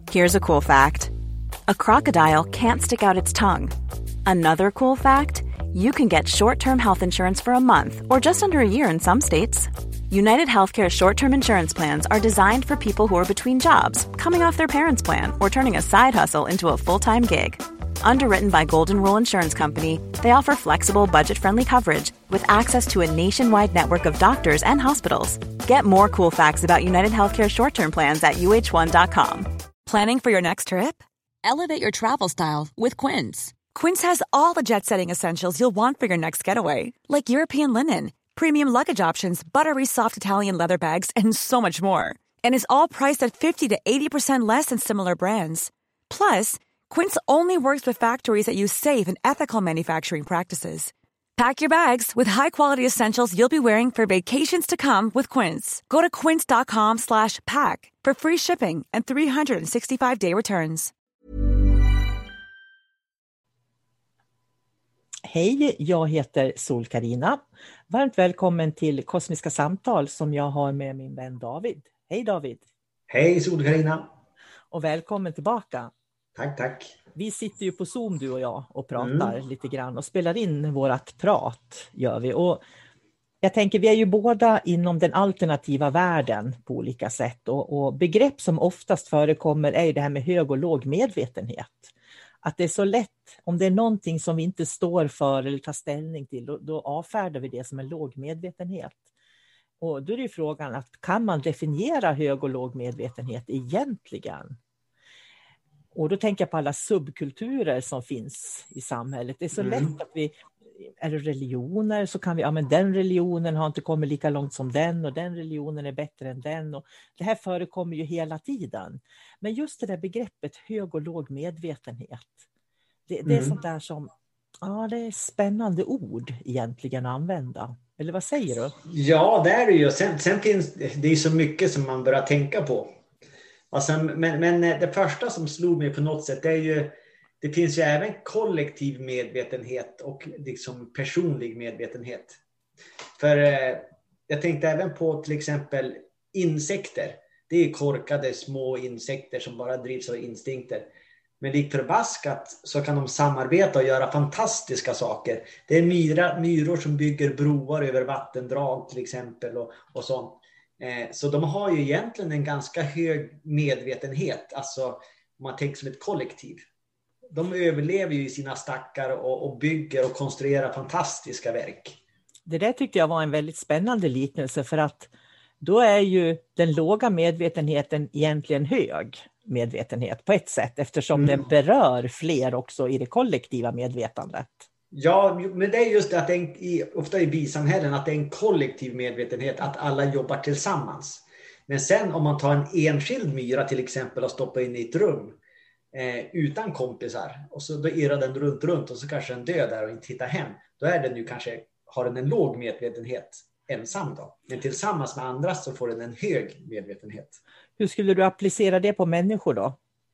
Here's a cool fact. A crocodile can't stick out its tongue. Another cool fact, you can get short-term health insurance for a month or just under a year in some states. United Healthcare short-term insurance plans are designed for people who are between jobs, coming off their parents' plan, or turning a side hustle into a full-time gig. Underwritten by Golden Rule Insurance Company, they offer flexible, budget-friendly coverage with access to a nationwide network of doctors and hospitals. Get more cool facts about United Healthcare short-term plans at uh1.com. Planning for your next trip? Elevate your travel style with Quince. Quince has all the jet-setting essentials you'll want for your next getaway, like European linen, premium luggage options, buttery soft Italian leather bags, and so much more. And is all priced at 50 to 80% less than similar brands. Plus, Quince only works with factories that use safe and ethical manufacturing practices. Pack your bags with high-quality essentials you'll be wearing for vacations to come with Quince. Go to quince.com/pack for free shipping and 365-day returns. Hej, jag heter Sol-Carina. Varmt välkommen till Kosmiska samtal som jag har med min vän David. Hej David! Hej Sol-Carina! Och välkommen tillbaka. Tack. Vi sitter ju på Zoom du och jag och pratar lite grann och spelar in vårat prat gör vi. Och jag tänker vi är ju båda inom den alternativa världen på olika sätt. Och begrepp som oftast förekommer är ju det här med hög och låg medvetenhet. Att det är så lätt, om det är någonting som vi inte står för eller tar ställning till, då avfärdar vi det som en låg medvetenhet. Och då är det ju frågan att kan man definiera hög och låg medvetenhet egentligen? Och då tänker jag på alla subkulturer som finns i samhället. Det är så lätt att är det religioner så kan vi, ja men den religionen har inte kommit lika långt som den och den religionen är bättre än den. Och det här förekommer ju hela tiden. Men just det där begreppet hög och låg medvetenhet. Det är sånt där som, ja det är spännande ord egentligen att använda. Eller vad säger du? Ja det är det ju. Sen finns det är så mycket som man börjar tänka på. Alltså, men det första som slog mig på något sätt är ju det finns ju även kollektiv medvetenhet och liksom personlig medvetenhet. För jag tänkte även på till exempel insekter. Det är korkade små insekter som bara drivs av instinkter. Men likt förbaskat så kan de samarbeta och göra fantastiska saker. Det är myror som bygger broar över vattendrag till exempel och sånt. Så de har ju egentligen en ganska hög medvetenhet. Alltså om man tänker som ett kollektiv. De överlever ju i sina stackar och bygger och konstruerar fantastiska verk. Det där tyckte jag var en väldigt spännande liknelse för att då är ju den låga medvetenheten egentligen hög medvetenhet på ett sätt eftersom den berör fler också i det kollektiva medvetandet. Ja, men det är just det att ofta i bisamhällen att det är en kollektiv medvetenhet att alla jobbar tillsammans. Men sen om man tar en enskild myra till exempel och stoppar in i ett rum utan kompisar och så då irrar den runt och så kanske den dör där och inte hittar hem. Då är den ju kanske, har den en låg medvetenhet ensam då. Men tillsammans med andra så får den en hög medvetenhet. Hur skulle du applicera det på människor då?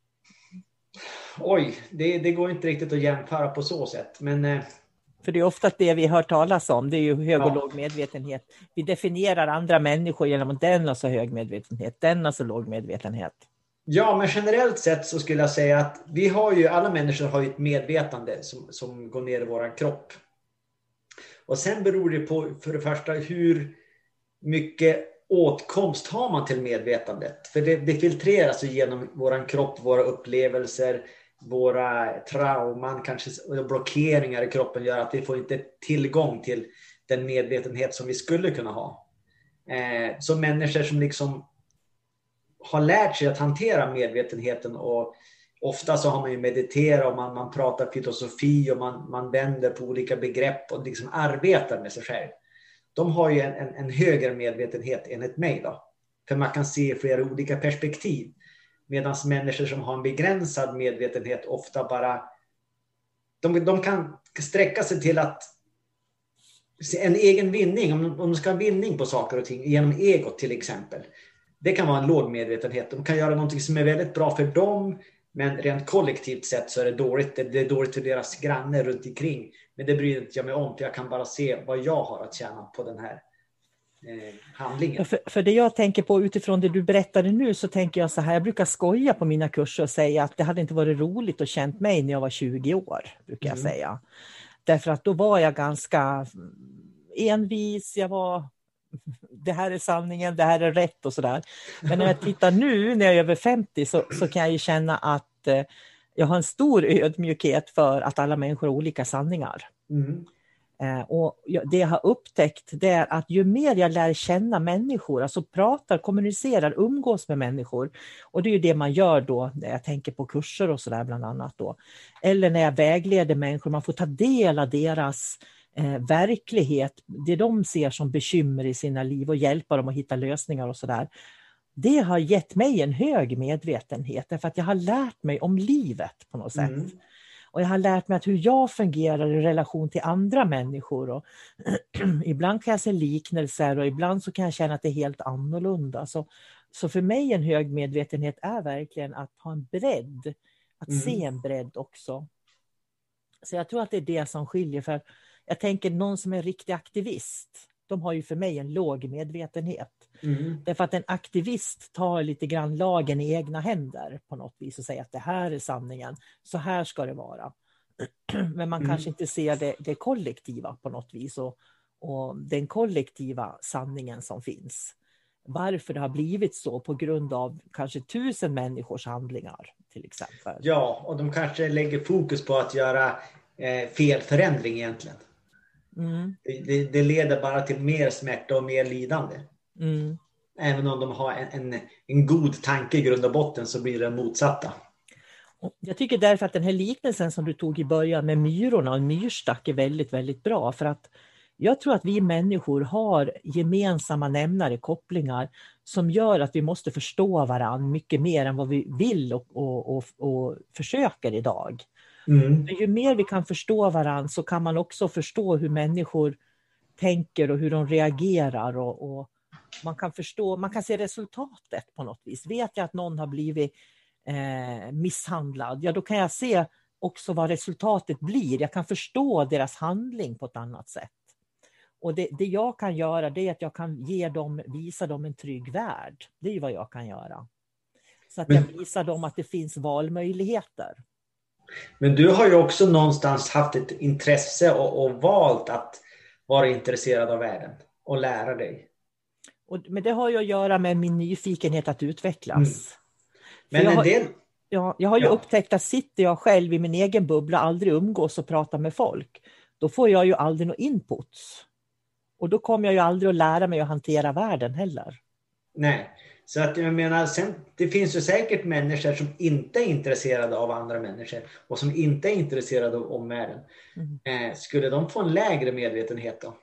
Oj, det går inte riktigt att jämföra på så sätt. Men, för det är ofta det vi hör talas om. Det är ju hög och låg medvetenhet. Vi definierar andra människor genom att den har så hög medvetenhet. Den har så låg medvetenhet. Ja, men generellt sett så skulle jag säga att alla människor har ju ett medvetande som går ner i våran kropp. Och sen beror det på för det första hur mycket åtkomst har man till medvetandet. För det filtreras genom våran kropp, våra upplevelser, våra trauman, kanske blockeringar i kroppen gör att vi får inte tillgång till den medvetenhet som vi skulle kunna ha. Så människor som liksom har lärt sig att hantera medvetenheten och ofta så har man ju mediterat och man pratar filosofi och man vänder på olika begrepp och liksom arbetar med sig själv. De har ju en högre medvetenhet enligt mig då. För man kan se flera olika perspektiv. Medan människor som har en begränsad medvetenhet ofta bara de kan sträcka sig till att en egen vinning, om de ska ha vinning på saker och ting genom egot till exempel. Det kan vara en låg medvetenhet. De kan göra någonting som är väldigt bra för dem, men rent kollektivt sett så är det dåligt. Det är dåligt för deras grannar runt omkring. Men det bryr inte jag mig om, för jag kan bara se vad jag har att tjäna på den här handlingen. För det jag tänker på utifrån det du berättade nu, så tänker jag så här, jag brukar skoja på mina kurser och säga att det hade inte varit roligt att känt mig när jag var 20 år, brukar jag säga. Därför att då var jag ganska envis, det här är sanningen, det här är rätt och sådär. Men när jag tittar nu när jag är över 50 så kan jag ju känna att jag har en stor ödmjukhet för att alla människor har olika sanningar. Och det jag har upptäckt, det är att ju mer jag lär känna människor, alltså pratar, kommunicerar, umgås med människor, och det är ju det man gör då när jag tänker på kurser och sådär bland annat då, eller när jag vägleder människor, man får ta del av deras verklighet, det de ser som bekymmer i sina liv och hjälpa dem att hitta lösningar och sådär. Det har gett mig en hög medvetenhet, därför att jag har lärt mig om livet på något sätt. Och jag har lärt mig att hur jag fungerar i relation till andra människor. Och ibland kan jag se liknelser och ibland så kan jag känna att det är helt annorlunda. Så för mig en hög medvetenhet är verkligen att ha en bredd. Att se en bredd också. Så jag tror att det är det som skiljer. För jag tänker någon som är riktig aktivist, de har ju för mig en låg medvetenhet. Därför att en aktivist tar lite grann lagen i egna händer på något vis och säger att det här är sanningen, så här ska det vara. Men man kanske inte ser det kollektiva på något vis och den kollektiva sanningen som finns. Varför det har blivit så på grund av kanske 1000 människors handlingar till exempel. Ja, och de kanske lägger fokus på att göra fel förändring egentligen. Det leder bara till mer smärta och mer lidande. Även om de har en god tanke i grund och botten, så blir det motsatta. Jag tycker därför att den här liknelsen som du tog i början med myrorna och en myrstack är väldigt, väldigt bra. För att jag tror att vi människor har gemensamma nämnare, kopplingar som gör att vi måste förstå varandra mycket mer än vad vi vill och försöker idag. Ju mer vi kan förstå varandra så kan man också förstå hur människor tänker och hur de reagerar och man kan se resultatet på något vis. Vet jag att någon har blivit misshandlad, ja då kan jag se också vad resultatet blir. Jag kan förstå deras handling på ett annat sätt. Och det jag kan göra, det är att jag kan visa dem en trygg värld. Det är vad jag kan göra. Så att jag visar dem att det finns valmöjligheter. Men du har ju också någonstans haft ett intresse och valt att vara intresserad av världen och lära dig. Men det har ju att göra med min nyfikenhet att utvecklas. Men jag har ju upptäckt att sitter jag själv i min egen bubbla, aldrig umgås och pratar med folk, då får jag ju aldrig någon inputs. Och då kommer jag ju aldrig att lära mig att hantera världen heller. Nej, så att jag menar, det finns ju säkert människor som inte är intresserade av andra människor och som inte är intresserade av omvärlden. Skulle de få en lägre medvetenhet då?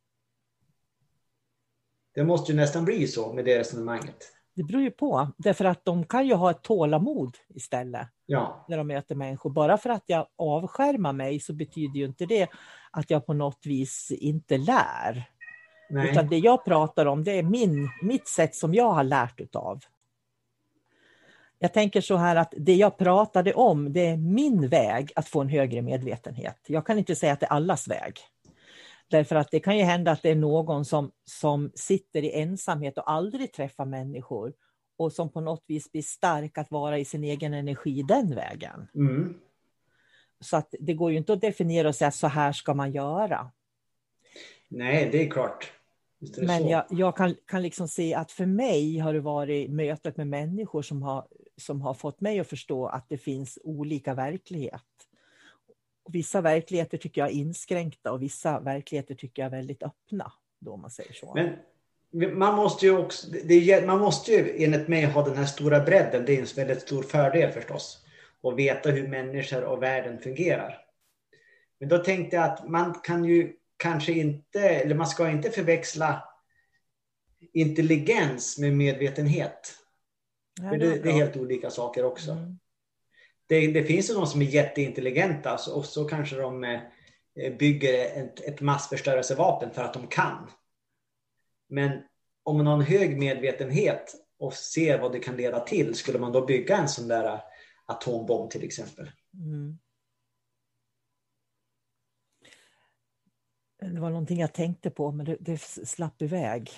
Det måste ju nästan bli så med det resonemanget. Det beror ju på, därför att de kan ju ha ett tålamod istället när de möter människor. Bara för att jag avskärmar mig så betyder ju inte det att jag på något vis inte lär. Nej. Utan det jag pratar om, det är mitt sätt som jag har lärt utav. Jag tänker så här att det jag pratade om, det är min väg att få en högre medvetenhet. Jag kan inte säga att det är allas väg. Därför att det kan ju hända att det är någon som sitter i ensamhet och aldrig träffar människor. Och som på något vis blir stark att vara i sin egen energi den vägen. Så att det går ju inte att definiera och säga så här ska man göra. Nej, det är klart. Men jag kan liksom se att för mig har det varit mötet med människor som har fått mig att förstå att det finns olika verklighet. Vissa verkligheter tycker jag är inskränkta och vissa verkligheter tycker jag är väldigt öppna, då man säger så. Men man måste ju enligt mig ha den här stora bredden. Det är en väldigt stor fördel förstås. Och veta hur människor och världen fungerar. Men då tänkte jag att man kan ju kanske inte, eller man ska inte förväxla intelligens med medvetenhet. För det är helt olika saker också. Det finns ju någon som är jätteintelligenta och så kanske de bygger ett massförstörelsevapen för att de kan. Men om man har en hög medvetenhet och ser vad det kan leda till, skulle man då bygga en sån där atombomb till exempel? Det var någonting jag tänkte på, men det slapp iväg.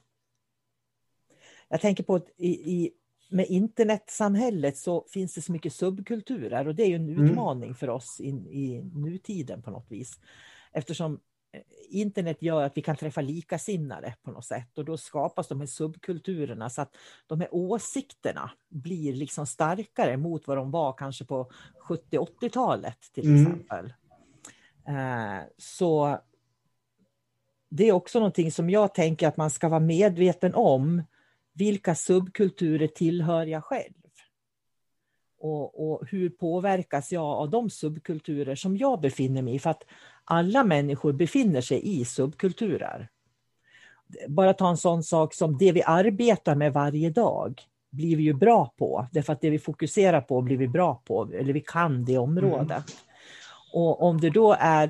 Jag tänker på att med internetsamhället så finns det så mycket subkulturer, och det är ju en utmaning för oss i nutiden på något vis. Eftersom internet gör att vi kan träffa likasinnade på något sätt, och då skapas de här subkulturerna, så att de här åsikterna blir liksom starkare mot vad de var kanske på 70-80-talet till exempel. Så det är också någonting som jag tänker att man ska vara medveten om. Vilka subkulturer tillhör jag själv? Och hur påverkas jag av de subkulturer som jag befinner mig i? För att alla människor befinner sig i subkulturer. Bara ta en sån sak som det vi arbetar med varje dag blir vi ju bra på. Därför att det vi fokuserar på blir vi bra på. Eller vi kan det området. Och om det då är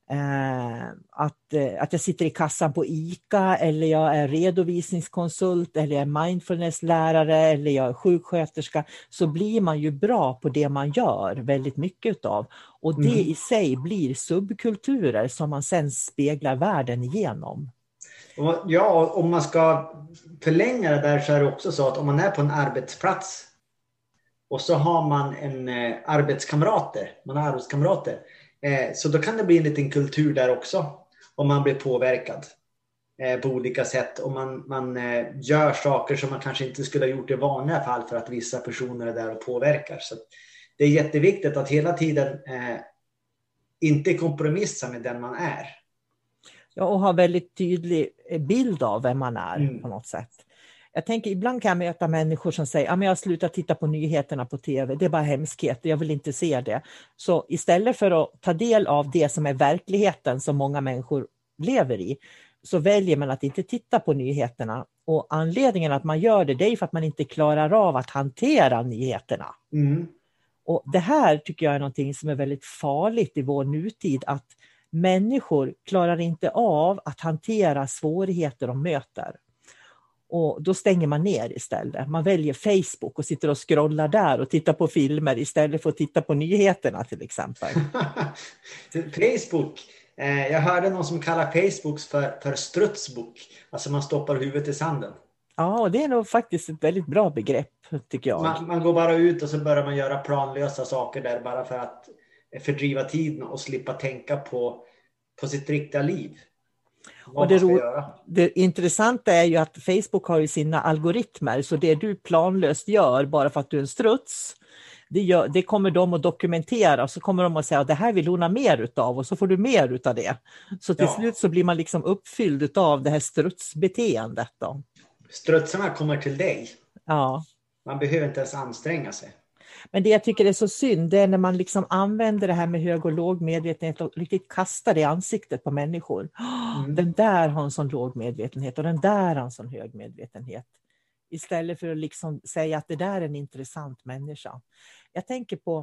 att jag sitter i kassan på ICA, eller jag är redovisningskonsult, eller jag är mindfulnesslärare, eller jag är sjuksköterska, så blir man ju bra på det man gör väldigt mycket utav. Och det i sig blir subkulturer som man sen speglar världen igenom. Ja, om man ska förlänga det där, så är det också så att om man är på en arbetsplats och så har man arbetskamrater, så då kan det bli en liten kultur där också, om man blir påverkad på olika sätt. Och man gör saker som man kanske inte skulle ha gjort i vanliga fall för att vissa personer är där och påverkar. Så det är jätteviktigt att hela tiden inte kompromissa med den man är. Ja, och ha väldigt tydlig bild av vem man är på något sätt. Jag tänker, ibland kan jag möta människor som säger att jag har slutat titta på nyheterna på tv. Det är bara hemskhet, jag vill inte se det. Så istället för att ta del av det som är verkligheten som många människor lever i, så väljer man att inte titta på nyheterna. Och anledningen att man gör det är för att man inte klarar av att hantera nyheterna. Och det här tycker jag är någonting som är väldigt farligt i vår nutid, att människor klarar inte av att hantera svårigheter de möter. Och då stänger man ner istället. Man väljer Facebook och sitter och scrollar där och tittar på filmer istället för att titta på nyheterna till exempel. Facebook. Jag hörde någon som kallar Facebook för strutsbok. Alltså man stoppar huvudet i sanden. Ja, och det är nog faktiskt ett väldigt bra begrepp tycker jag. Man går bara ut och så börjar man göra planlösa saker där bara för att fördriva tiden och slippa tänka på sitt riktiga liv. Och det intressanta är ju att Facebook har ju sina algoritmer, så det du planlöst gör bara för att du är en struts, det kommer de att dokumentera, och så kommer de att säga att det här vill hon ha mer utav, och så får du mer utav det. Så till slut så blir man liksom uppfylld utav det här strutsbeteendet då. Strutsarna kommer till dig. Ja. Man behöver inte ens anstränga sig. Men det jag tycker är så synd, det är när man liksom använder det här med hög och låg medvetenhet och riktigt kastar det i ansiktet på människor. Den där har en sån låg medvetenhet och den där har en sån hög medvetenhet. Istället för att liksom säga att det där är en intressant människa. Jag tänker på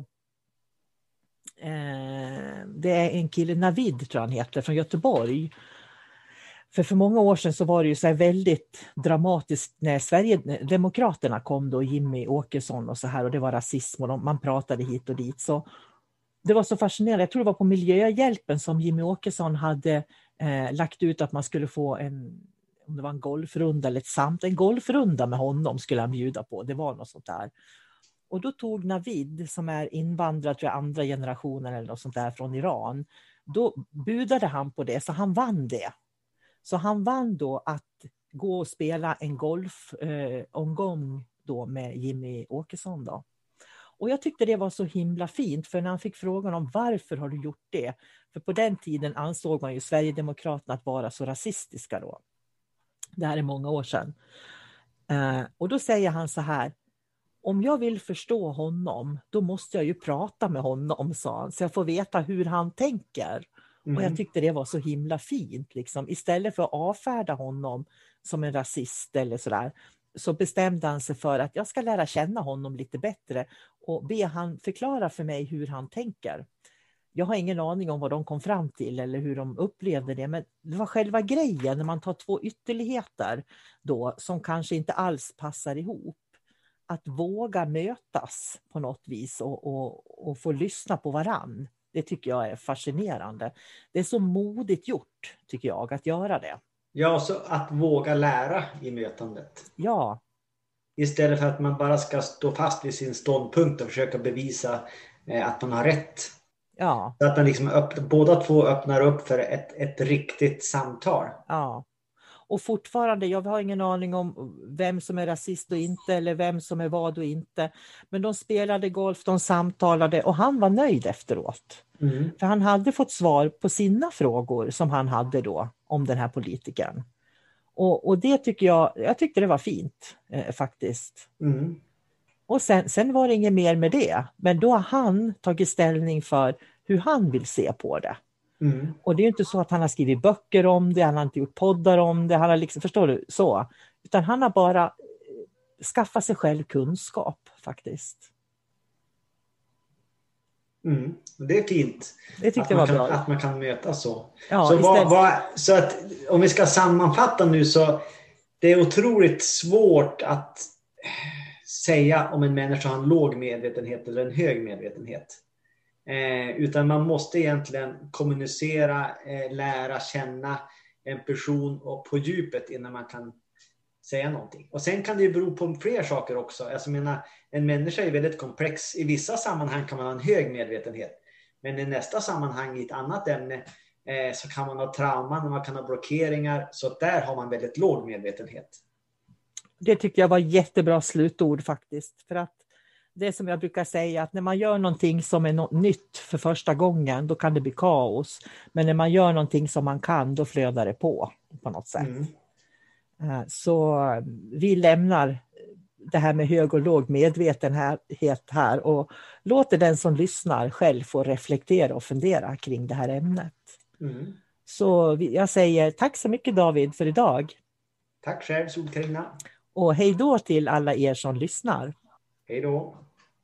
det är en kille, Navid tror han heter, från Göteborg. För många år sedan så var det ju så här väldigt dramatiskt när Sverigedemokraterna kom då, Jimmy Åkesson och så här, och det var rasism och man pratade hit och dit. Så det var så fascinerande. Jag tror det var på Miljöhjälpen som Jimmy Åkesson hade lagt ut att man skulle få om det var en golfrunda eller en golfrunda med honom skulle han bjuda på. Det var något sånt där. Och då tog Navid, som är invandrad tror jag, andra generationen eller något sånt där från Iran, då budade han på det, så han vann det. Så han vann då att gå och spela en golfomgång då med Jimmy Åkesson då. Och jag tyckte det var så himla fint, för när han fick frågan om varför har du gjort det? För på den tiden ansåg man ju Sverigedemokraterna att vara så rasistiska då. Det här är många år sedan. Och då säger han så här: om jag vill förstå honom, då måste jag ju prata med honom, sa han, så jag får veta hur han tänker. Och jag tyckte det var så himla fint. Liksom. Istället för att avfärda honom som en rasist eller sådär, så bestämde han sig för att jag ska lära känna honom lite bättre och be han förklara för mig hur han tänker. Jag har ingen aning om vad de kom fram till eller hur de upplevde det, men det var själva grejen när man tar två ytterligheter då som kanske inte alls passar ihop. Att våga mötas på något vis och få lyssna på varann. Det tycker jag är fascinerande. Det är så modigt gjort, tycker jag, att göra det. Ja, så att våga lära i mötandet. Ja. Istället för att man bara ska stå fast vid sin ståndpunkt och försöka bevisa att man har rätt. Ja. Så att man liksom båda två öppnar upp för ett riktigt samtal. Ja. Och fortfarande, jag har ingen aning om vem som är rasist och inte, eller vem som är vad och inte. Men de spelade golf, de samtalade och han var nöjd efteråt. Mm. För han hade fått svar på sina frågor som han hade då om den här politikern. Och det tycker jag tyckte det var fint faktiskt. Mm. Och sen var det inget mer med det. Men då har han tagit ställning för hur han vill se på det. Mm. Och det är ju inte så att han har skrivit böcker om det, han har inte gjort poddar om det, han har liksom, förstår du, så. Utan han har bara skaffat sig själv kunskap faktiskt. Mm. Det är fint. Det tyckte jag var bra. Att man kan mötas så. Ja, så att om vi ska sammanfatta nu, så det är otroligt svårt att säga om en människa har en låg medvetenhet eller en hög medvetenhet. Utan man måste egentligen kommunicera, lära känna en person och på djupet innan man kan säga någonting. Och sen kan det ju bero på fler saker också. Alltså, en människa är väldigt komplex. I vissa sammanhang kan man ha en hög medvetenhet. Men i nästa sammanhang, i ett annat ämne, så kan man ha trauman, man kan ha blockeringar. Så där har man väldigt låg medvetenhet. Det tyckte jag var jättebra slutord faktiskt. För att det som jag brukar säga, att när man gör någonting som är något nytt för första gången, då kan det bli kaos. Men när man gör någonting som man kan, då flödar det på något sätt. Mm. Så vi lämnar det här med hög och låg medvetenhet här och låter den som lyssnar själv få reflektera och fundera kring det här ämnet. Mm. Så jag säger tack så mycket, David, för idag. Tack själv, Solkarina. Och hej då till alla er som lyssnar. Hej då.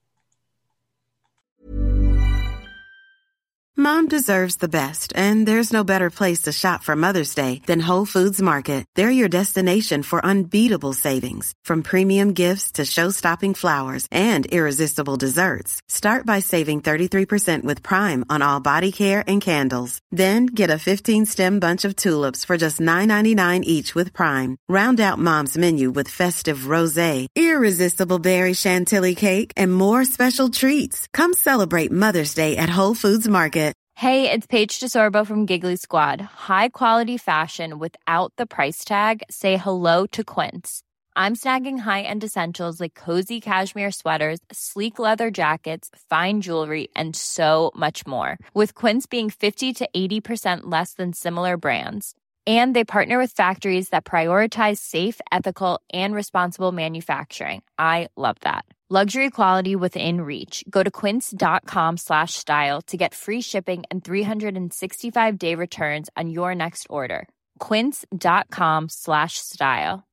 Mom deserves the best, and there's no better place to shop for Mother's Day than Whole Foods Market. They're your destination for unbeatable savings, from premium gifts to show-stopping flowers and irresistible desserts. Start by saving 33% with Prime on all body care and candles. Then get a 15-stem bunch of tulips for just $9.99 each with Prime. Round out Mom's menu with festive rosé, irresistible berry chantilly cake, and more special treats. Come celebrate Mother's Day at Whole Foods Market. Hey, it's Paige DeSorbo from Giggly Squad. High quality fashion without the price tag. Say hello to Quince. I'm snagging high-end essentials like cozy cashmere sweaters, sleek leather jackets, fine jewelry, and so much more. With Quince being 50 to 80% less than similar brands. And they partner with factories that prioritize safe, ethical, and responsible manufacturing. I love that. Luxury quality within reach. Go to quince.com/style to get free shipping and 365-day returns on your next order. Quince.com/style.